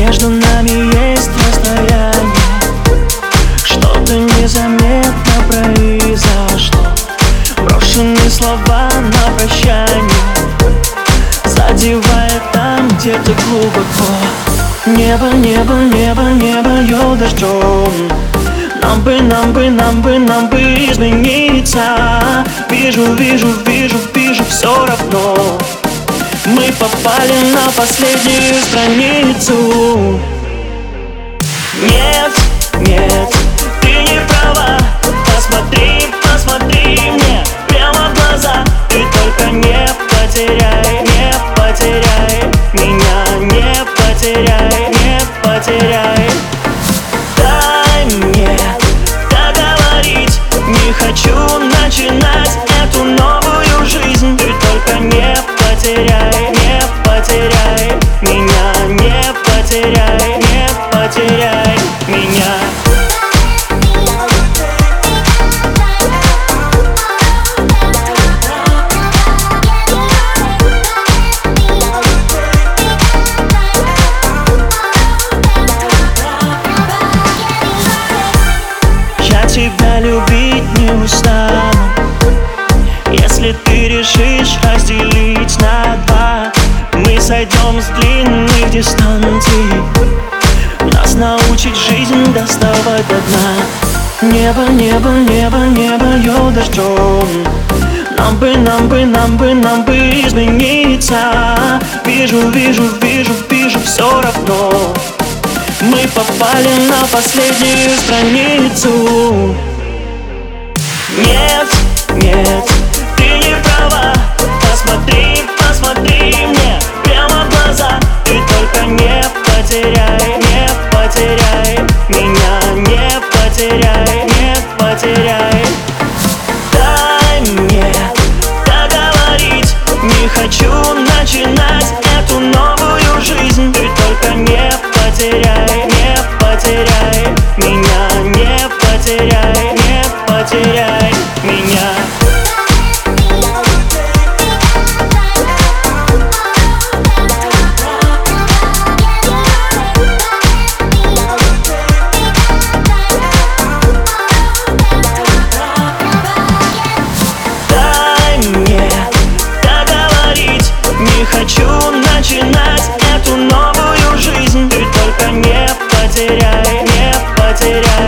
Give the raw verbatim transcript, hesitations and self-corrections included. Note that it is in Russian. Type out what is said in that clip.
Между нами есть расстояние, что-то незаметно произошло. Брошенные слова на прощание задевает там где-то глубоко. Небо, небо, небо, небо льет дождем. Нам бы, нам бы, нам бы, нам бы измениться. Вижу, вижу, вижу, вижу, все равно мы попали на последнюю страницу. Нет, нет, ты не права. Посмотри, посмотри мне прямо в глаза. Ты только не потеряй, не потеряй меня, не потеряй, не потеряй. Дай мне договорить, не хочу начинать эту новую жизнь. Ты только не потеряй, не потеряй меня, не потеряй, не потеряй меня. Я тебя любить не устану, если ты решишь разделить на два. Мы сойдем с длинных дистанций, нас научит жизнь доставать до дна. Небо, небо, небо, небо льет дождем. Нам бы, нам бы, нам бы, нам бы измениться. Вижу, вижу, вижу, вижу, все равно мы попали на последнюю страницу. Нет, нет, ты не права. Посмотри, посмотри мне прямо в глаза. Ты только не потеряй, не потеряй меня, не потеряй, не потеряй. Дай мне договорить, не хочу начинать эту новую жизнь. Ты только не потеряй, не потеряй меня, не потеряй, не потеряй меня. Не хочу начинать эту новую жизнь. Ты только не потеряй, не потеряй